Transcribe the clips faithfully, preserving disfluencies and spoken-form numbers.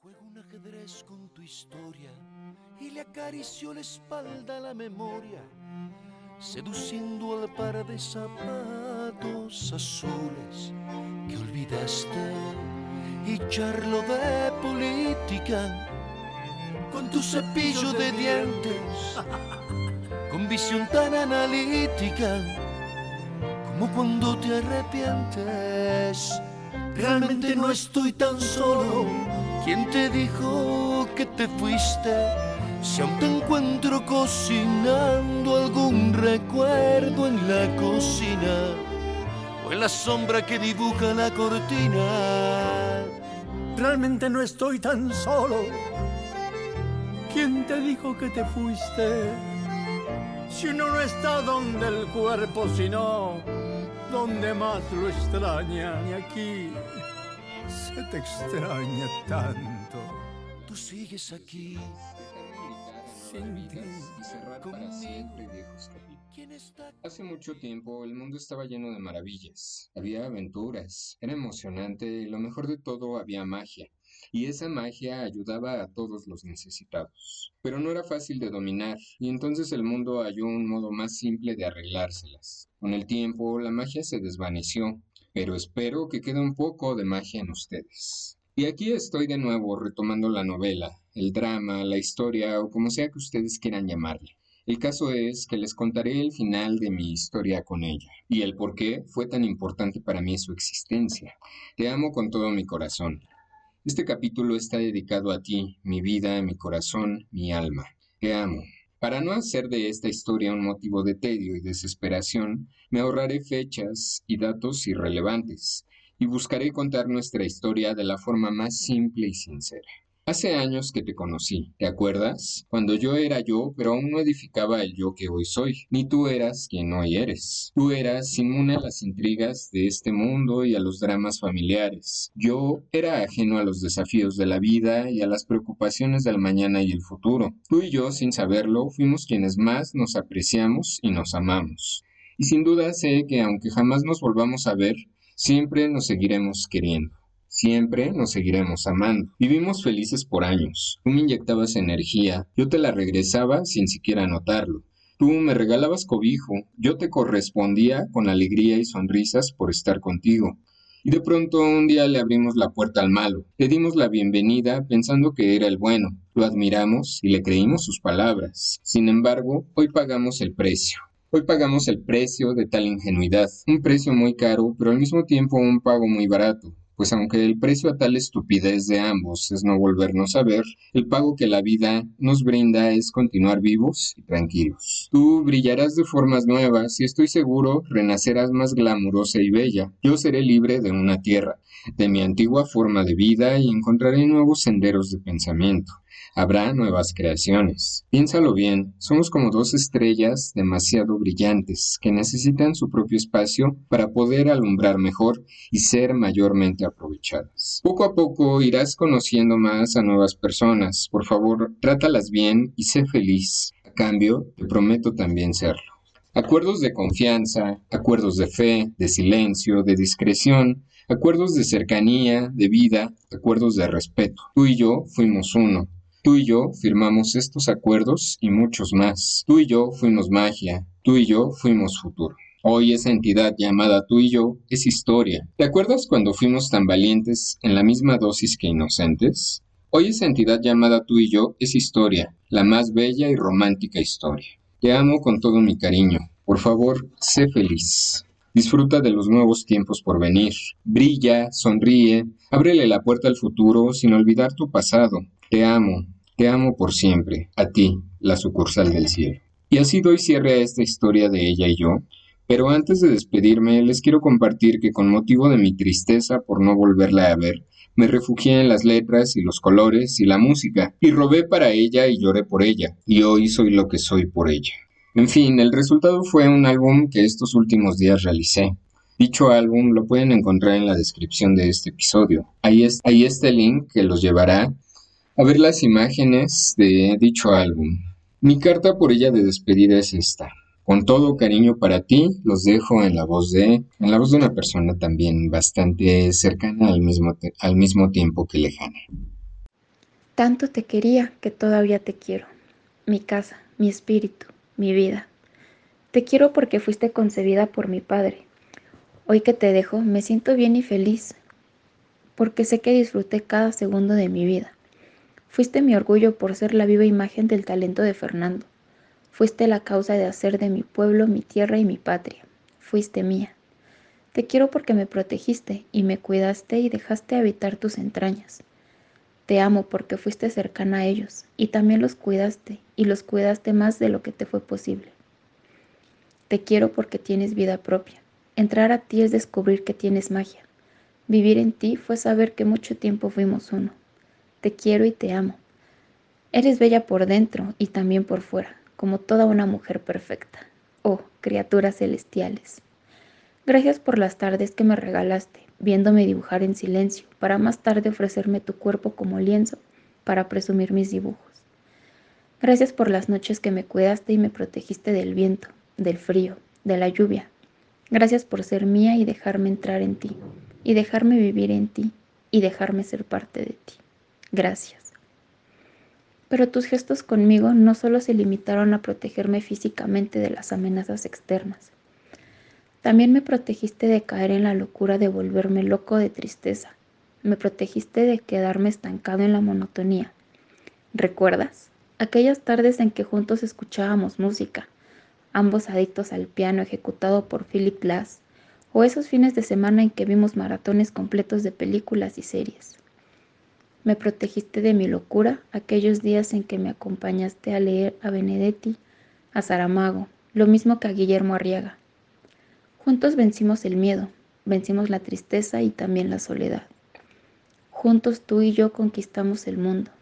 Juego un ajedrez con tu historia y le acaricio la espalda a la memoria, seduciendo al par de zapatos azules que olvidaste, y charlo de política con tu cepillo de dientes, con visión tan analítica como cuando te arrepientes. Realmente no estoy tan solo. ¿Quién te dijo que te fuiste? Si aún te encuentro cocinando algún recuerdo en la cocina o en la sombra que dibuja la cortina. Realmente no estoy tan solo. ¿Quién te dijo que te fuiste? Si uno no está donde el cuerpo, sino donde más lo extraña. Y aquí se te extraña tanto. Tú sigues aquí. Sin ti, y cerrar para siempre viejos capítulos. Hace mucho tiempo el mundo estaba lleno de maravillas. Había aventuras, era emocionante y lo mejor de todo, había magia. Y esa magia ayudaba a todos los necesitados. Pero no era fácil de dominar, y entonces el mundo halló un modo más simple de arreglárselas. Con el tiempo, la magia se desvaneció, pero espero que quede un poco de magia en ustedes. Y aquí estoy de nuevo retomando la novela, el drama, la historia o como sea que ustedes quieran llamarle. El caso es que les contaré el final de mi historia con ella y el por qué fue tan importante para mí su existencia. Te amo con todo mi corazón. Este capítulo está dedicado a ti, mi vida, mi corazón, mi alma. Te amo. Para no hacer de esta historia un motivo de tedio y desesperación, me ahorraré fechas y datos irrelevantes y buscaré contar nuestra historia de la forma más simple y sincera. Hace años que te conocí, ¿te acuerdas? Cuando yo era yo, pero aún no edificaba el yo que hoy soy. Ni tú eras quien hoy eres. Tú eras inmune a las intrigas de este mundo y a los dramas familiares. Yo era ajeno a los desafíos de la vida y a las preocupaciones del mañana y el futuro. Tú y yo, sin saberlo, fuimos quienes más nos apreciamos y nos amamos. Y sin duda sé que aunque jamás nos volvamos a ver, siempre nos seguiremos queriendo. Siempre nos seguiremos amando. Vivimos felices por años. Tú me inyectabas energía, yo te la regresaba sin siquiera notarlo. Tú me regalabas cobijo, yo te correspondía con alegría y sonrisas por estar contigo. Y de pronto un día le abrimos la puerta al malo. Le dimos la bienvenida pensando que era el bueno. Lo admiramos y le creímos sus palabras. Sin embargo, hoy pagamos el precio. Hoy pagamos el precio de tal ingenuidad. Un precio muy caro, pero al mismo tiempo un pago muy barato. Pues aunque el precio a tal estupidez de ambos es no volvernos a ver, el pago que la vida nos brinda es continuar vivos y tranquilos. Tú brillarás de formas nuevas y estoy seguro renacerás más glamurosa y bella. Yo seré libre de una tierra, de mi antigua forma de vida y encontraré nuevos senderos de pensamiento. Habrá nuevas creaciones. Piénsalo bien, somos como dos estrellas demasiado brillantes que necesitan su propio espacio para poder alumbrar mejor y ser mayormente aprovechadas. Poco a poco irás conociendo más a nuevas personas. Por favor, trátalas bien y sé feliz. A cambio, te prometo también serlo. Acuerdos de confianza, acuerdos de fe, de silencio, de discreción, acuerdos de cercanía, de vida, acuerdos de respeto. Tú y yo fuimos uno. Tú y yo firmamos estos acuerdos y muchos más. Tú y yo fuimos magia. Tú y yo fuimos futuro. Hoy esa entidad llamada tú y yo es historia. ¿Te acuerdas cuando fuimos tan valientes en la misma dosis que inocentes? Hoy esa entidad llamada tú y yo es historia, la más bella y romántica historia. Te amo con todo mi cariño. Por favor, sé feliz. Disfruta de los nuevos tiempos por venir. Brilla, sonríe, ábrele la puerta al futuro sin olvidar tu pasado. Te amo, te amo por siempre, a ti, la sucursal del cielo. Y así doy cierre a esta historia de ella y yo, pero antes de despedirme les quiero compartir que con motivo de mi tristeza por no volverla a ver, me refugié en las letras y los colores y la música, y robé para ella y lloré por ella, y hoy soy lo que soy por ella. En fin, el resultado fue un álbum que estos últimos días realicé. Dicho álbum lo pueden encontrar en la descripción de este episodio. Ahí, es, ahí está el link que los llevará a ver las imágenes de dicho álbum. Mi carta por ella de despedida es esta. Con todo cariño para ti, los dejo en la voz de, en la voz de una persona también bastante cercana al mismo, te, al mismo tiempo que lejana. Tanto te quería que todavía te quiero. Mi casa, mi espíritu, mi vida. Te quiero porque fuiste concebida por mi padre. Hoy que te dejo, me siento bien y feliz, porque sé que disfruté cada segundo de mi vida. Fuiste mi orgullo por ser la viva imagen del talento de Fernando. Fuiste la causa de hacer de mi pueblo mi tierra y mi patria. Fuiste mía. Te quiero porque me protegiste y me cuidaste y dejaste habitar tus entrañas. Te amo porque fuiste cercana a ellos y también los cuidaste y los cuidaste más de lo que te fue posible. Te quiero porque tienes vida propia. Entrar a ti es descubrir que tienes magia. Vivir en ti fue saber que mucho tiempo fuimos uno. Te quiero y te amo. Eres bella por dentro y también por fuera, como toda una mujer perfecta. Oh, criaturas celestiales. Gracias por las tardes que me regalaste, viéndome dibujar en silencio, para más tarde ofrecerme tu cuerpo como lienzo para presumir mis dibujos. Gracias por las noches que me cuidaste y me protegiste del viento, del frío, de la lluvia. Gracias por ser mía y dejarme entrar en ti, y dejarme vivir en ti, y dejarme ser parte de ti. Gracias. Pero tus gestos conmigo no solo se limitaron a protegerme físicamente de las amenazas externas. También me protegiste de caer en la locura de volverme loco de tristeza. Me protegiste de quedarme estancado en la monotonía. ¿Recuerdas? Aquellas tardes en que juntos escuchábamos música, ambos adictos al piano ejecutado por Philip Glass, o esos fines de semana en que vimos maratones completos de películas y series. Me protegiste de mi locura aquellos días en que me acompañaste a leer a Benedetti, a Saramago, lo mismo que a Guillermo Arriaga. Juntos vencimos el miedo, vencimos la tristeza y también la soledad. Juntos tú y yo conquistamos el mundo.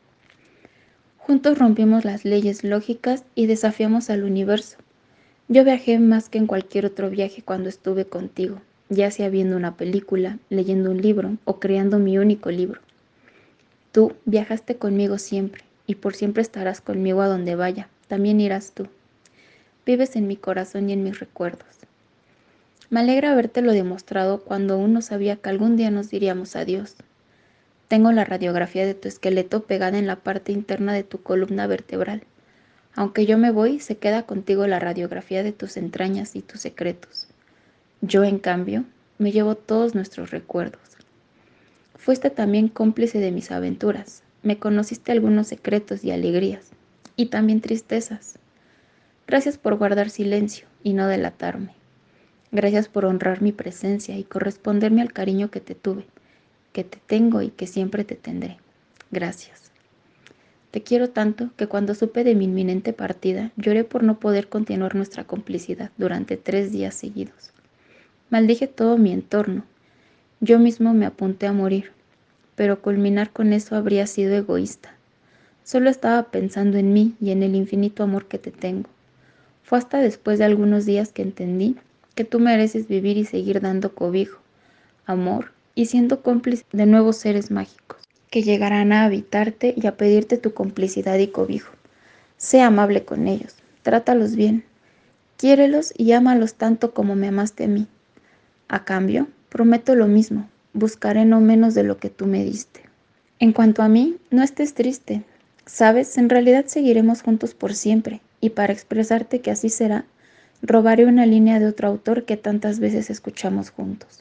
Juntos rompimos las leyes lógicas y desafiamos al universo. Yo viajé más que en cualquier otro viaje cuando estuve contigo, ya sea viendo una película, leyendo un libro o creando mi único libro. Tú viajaste conmigo siempre y por siempre estarás conmigo a donde vaya, también irás tú. Vives en mi corazón y en mis recuerdos. Me alegra habértelo demostrado cuando aún no sabía que algún día nos diríamos adiós. Tengo la radiografía de tu esqueleto pegada en la parte interna de tu columna vertebral. Aunque yo me voy, se queda contigo la radiografía de tus entrañas y tus secretos. Yo, en cambio, me llevo todos nuestros recuerdos. Fuiste también cómplice de mis aventuras. Me conociste algunos secretos y alegrías, y también tristezas. Gracias por guardar silencio y no delatarme. Gracias por honrar mi presencia y corresponderme al cariño que te tuve, que te tengo y que siempre te tendré. Gracias. Te quiero tanto que cuando supe de mi inminente partida, lloré por no poder continuar nuestra complicidad durante tres días seguidos. Maldije todo mi entorno. Yo mismo me apunté a morir, pero culminar con eso habría sido egoísta. Solo estaba pensando en mí y en el infinito amor que te tengo. Fue hasta después de algunos días que entendí que tú mereces vivir y seguir dando cobijo, amor y siendo cómplice de nuevos seres mágicos que llegarán a habitarte y a pedirte tu complicidad y cobijo. Sé amable con ellos, trátalos bien, quiérelos y ámalos tanto como me amaste a mí. A cambio, prometo lo mismo, buscaré no menos de lo que tú me diste. En cuanto a mí, no estés triste. Sabes, en realidad seguiremos juntos por siempre, y para expresarte que así será, robaré una línea de otro autor que tantas veces escuchamos juntos.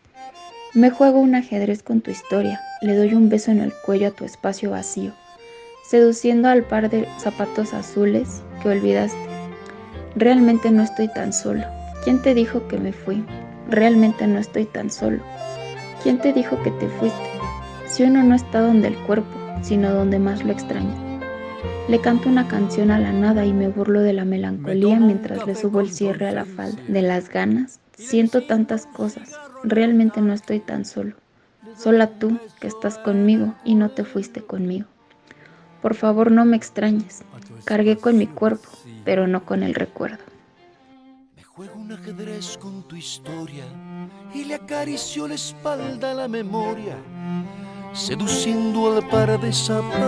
Me juego un ajedrez con tu historia, le doy un beso en el cuello a tu espacio vacío, seduciendo al par de zapatos azules que olvidaste. Realmente no estoy tan solo. ¿Quién te dijo que me fui? Realmente no estoy tan solo. ¿Quién te dijo que te fuiste? Si uno no está donde el cuerpo, sino donde más lo extraña. Le canto una canción a la nada y me burlo de la melancolía mientras le subo el cierre a la falda. De las ganas, siento tantas cosas. Realmente no estoy tan solo. Sola tú, que estás conmigo y no te fuiste conmigo. Por favor, no me extrañes. Cargué con mi cuerpo, pero no con el recuerdo. Me juego un ajedrez con tu historia y le acaricio la espalda a la memoria, seduciendo al par de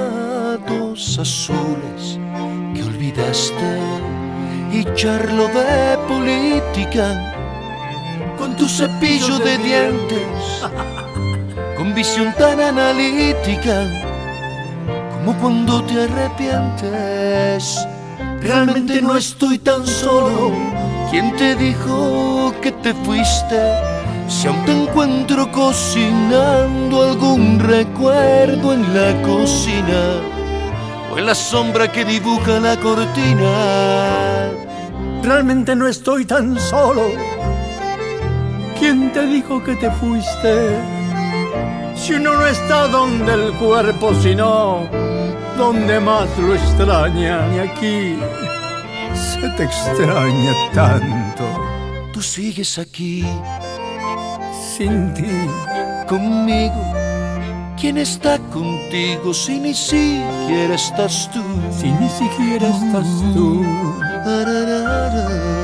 zapatos azules que olvidaste, y charlo de política con tu cepillo de dientes, con visión tan analítica como cuando te arrepientes. Realmente no estoy tan solo. ¿Quién te dijo que te fuiste? Si aún te encuentro cocinando algún recuerdo en la cocina o en la sombra que dibuja la cortina. Realmente no estoy tan solo. ¿Quién te dijo que te fuiste? Si uno no está donde el cuerpo, sino donde más lo extraña. Y aquí se te extraña tanto. Tú sigues aquí, sin ti, conmigo. ¿Quién está contigo si ni siquiera estás tú? Si ni siquiera estás tú. Ararara.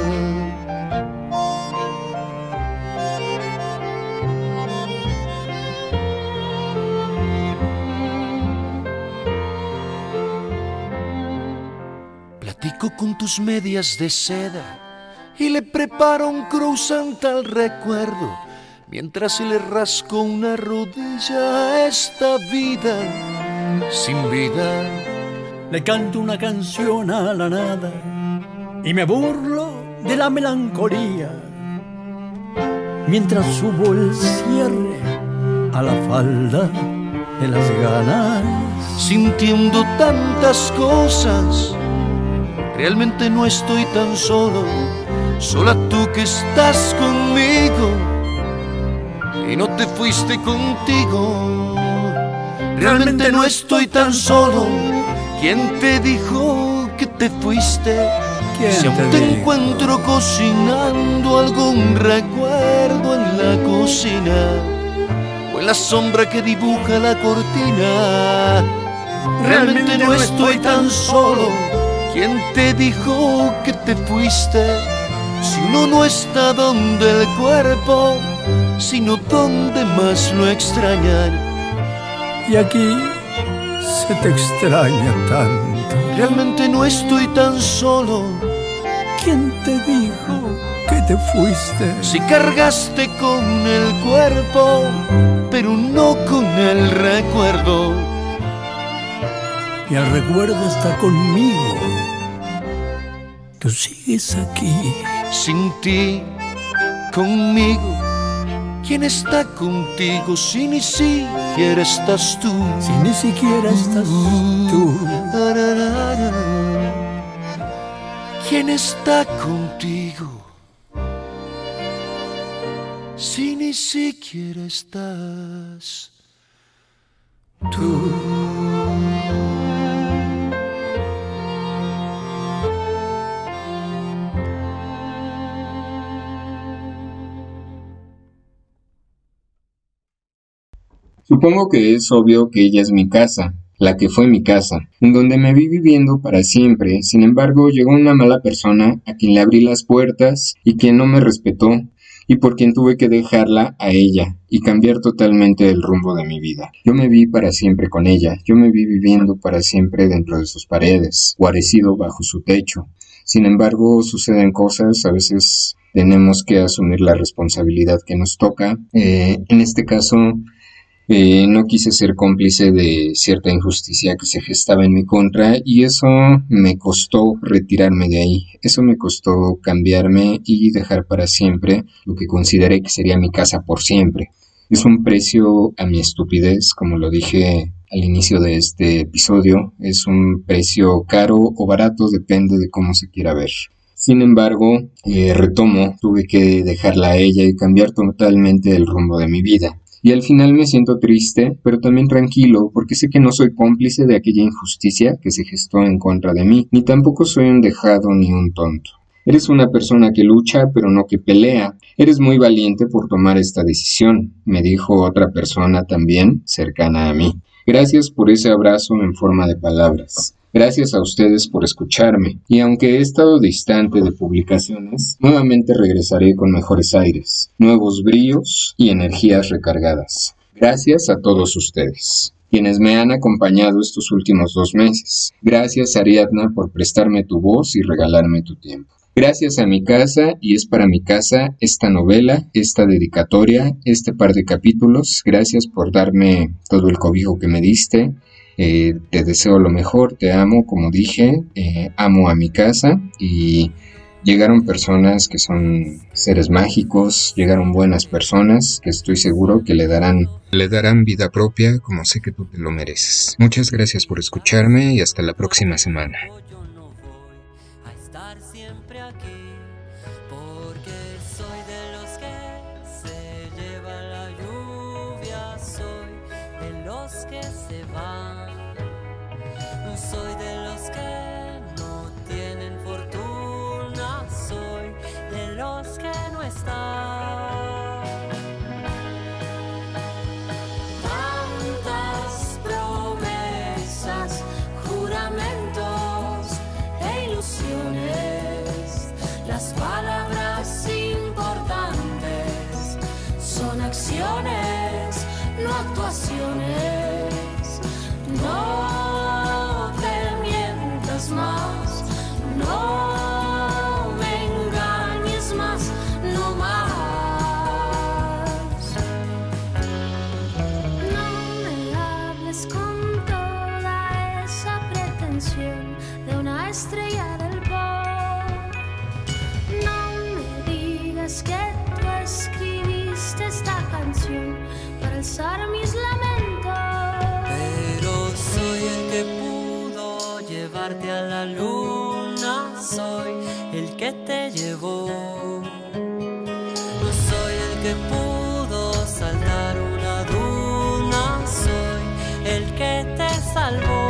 Platico con tus medias de seda y le preparo un croissant al recuerdo, mientras le rasco una rodilla a esta vida sin vida. Le canto una canción a la nada y me burlo de la melancolía, mientras subo el cierre a la falda de las ganas. Sintiendo tantas cosas, realmente no estoy tan solo. Sola tú que estás conmigo y no te fuiste contigo. Realmente no estoy tan solo. ¿Quién te dijo que te fuiste? Si aún te encuentro cocinando algún recuerdo en la cocina o en la sombra que dibuja la cortina. Realmente no estoy tan solo. ¿Quién te dijo que te fuiste? Si uno no está donde el cuerpo, sino donde más lo extrañan. Y aquí se te extraña tanto. Realmente no estoy tan solo. ¿Quién te dijo que te fuiste? Si cargaste con el cuerpo, pero no con el recuerdo. Y el recuerdo está conmigo. Tú sigues aquí. Sin ti, conmigo. ¿Quién está contigo si ni siquiera estás tú? Si ni siquiera estás tú. ¿Quién está contigo si ni siquiera estás tú? Supongo que es obvio que ella es mi casa, la que fue mi casa, en donde me vi viviendo para siempre. Sin embargo, llegó una mala persona a quien le abrí las puertas y quien no me respetó, y por quien tuve que dejarla a ella y cambiar totalmente el rumbo de mi vida. Yo me vi para siempre con ella, yo me vi viviendo para siempre dentro de sus paredes, guarecido bajo su techo. Sin embargo, suceden cosas, a veces tenemos que asumir la responsabilidad que nos toca. Eh, en este caso, Eh, no quise ser cómplice de cierta injusticia que se gestaba en mi contra y eso me costó retirarme de ahí, eso me costó cambiarme y dejar para siempre lo que consideré que sería mi casa por siempre. Es un precio a mi estupidez, como lo dije al inicio de este episodio, es un precio caro o barato, depende de cómo se quiera ver. Sin embargo, eh, retomo, tuve que dejarla a ella y cambiar totalmente el rumbo de mi vida. Y al final me siento triste, pero también tranquilo, porque sé que no soy cómplice de aquella injusticia que se gestó en contra de mí, ni tampoco soy un dejado ni un tonto. Eres una persona que lucha, pero no que pelea. Eres muy valiente por tomar esta decisión, me dijo otra persona también cercana a mí. Gracias por ese abrazo en forma de palabras. Gracias a ustedes por escucharme, y aunque he estado distante de publicaciones, nuevamente regresaré con mejores aires, nuevos bríos y energías recargadas. Gracias a todos ustedes, quienes me han acompañado estos últimos dos meses. Gracias, Ariadna, por prestarme tu voz y regalarme tu tiempo. Gracias a mi casa, y es para mi casa, esta novela, esta dedicatoria, este par de capítulos. Gracias por darme todo el cobijo que me diste. Eh, te deseo lo mejor, te amo, como dije, eh, amo a mi casa y llegaron personas que son seres mágicos, llegaron buenas personas que estoy seguro que le darán, le darán vida propia como sé que tú te lo mereces. Muchas gracias por escucharme y hasta la próxima semana. Soy de los que no tienen fortuna, soy de los que no están. Tantas promesas, juramentos e ilusiones, las palabras importantes son acciones, no actuaciones. No más, no me engañes más, no más. No me hables con toda esa pretensión de una estrella del pop. No me digas que tú escribiste esta canción para alzar mis lamentos. Pero soy el que pudo llevarte a la luna, soy el que te llevó. No soy el que pudo saltar una duna, soy el que te salvó.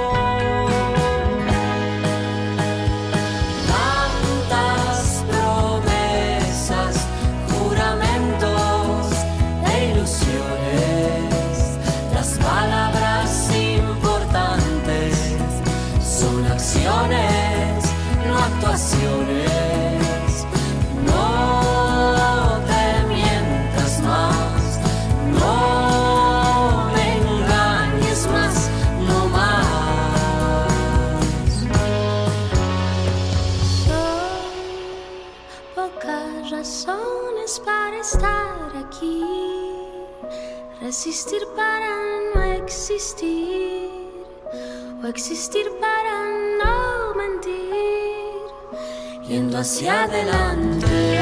Tantas promesas, juramentos e ilusiones, las palabras importantes son acciones, no actuaciones. No te mientas más, no me engañes más, no más. Son pocas razones para estar aquí, resistir para no existir, o existir para no mentir, yendo hacia adelante.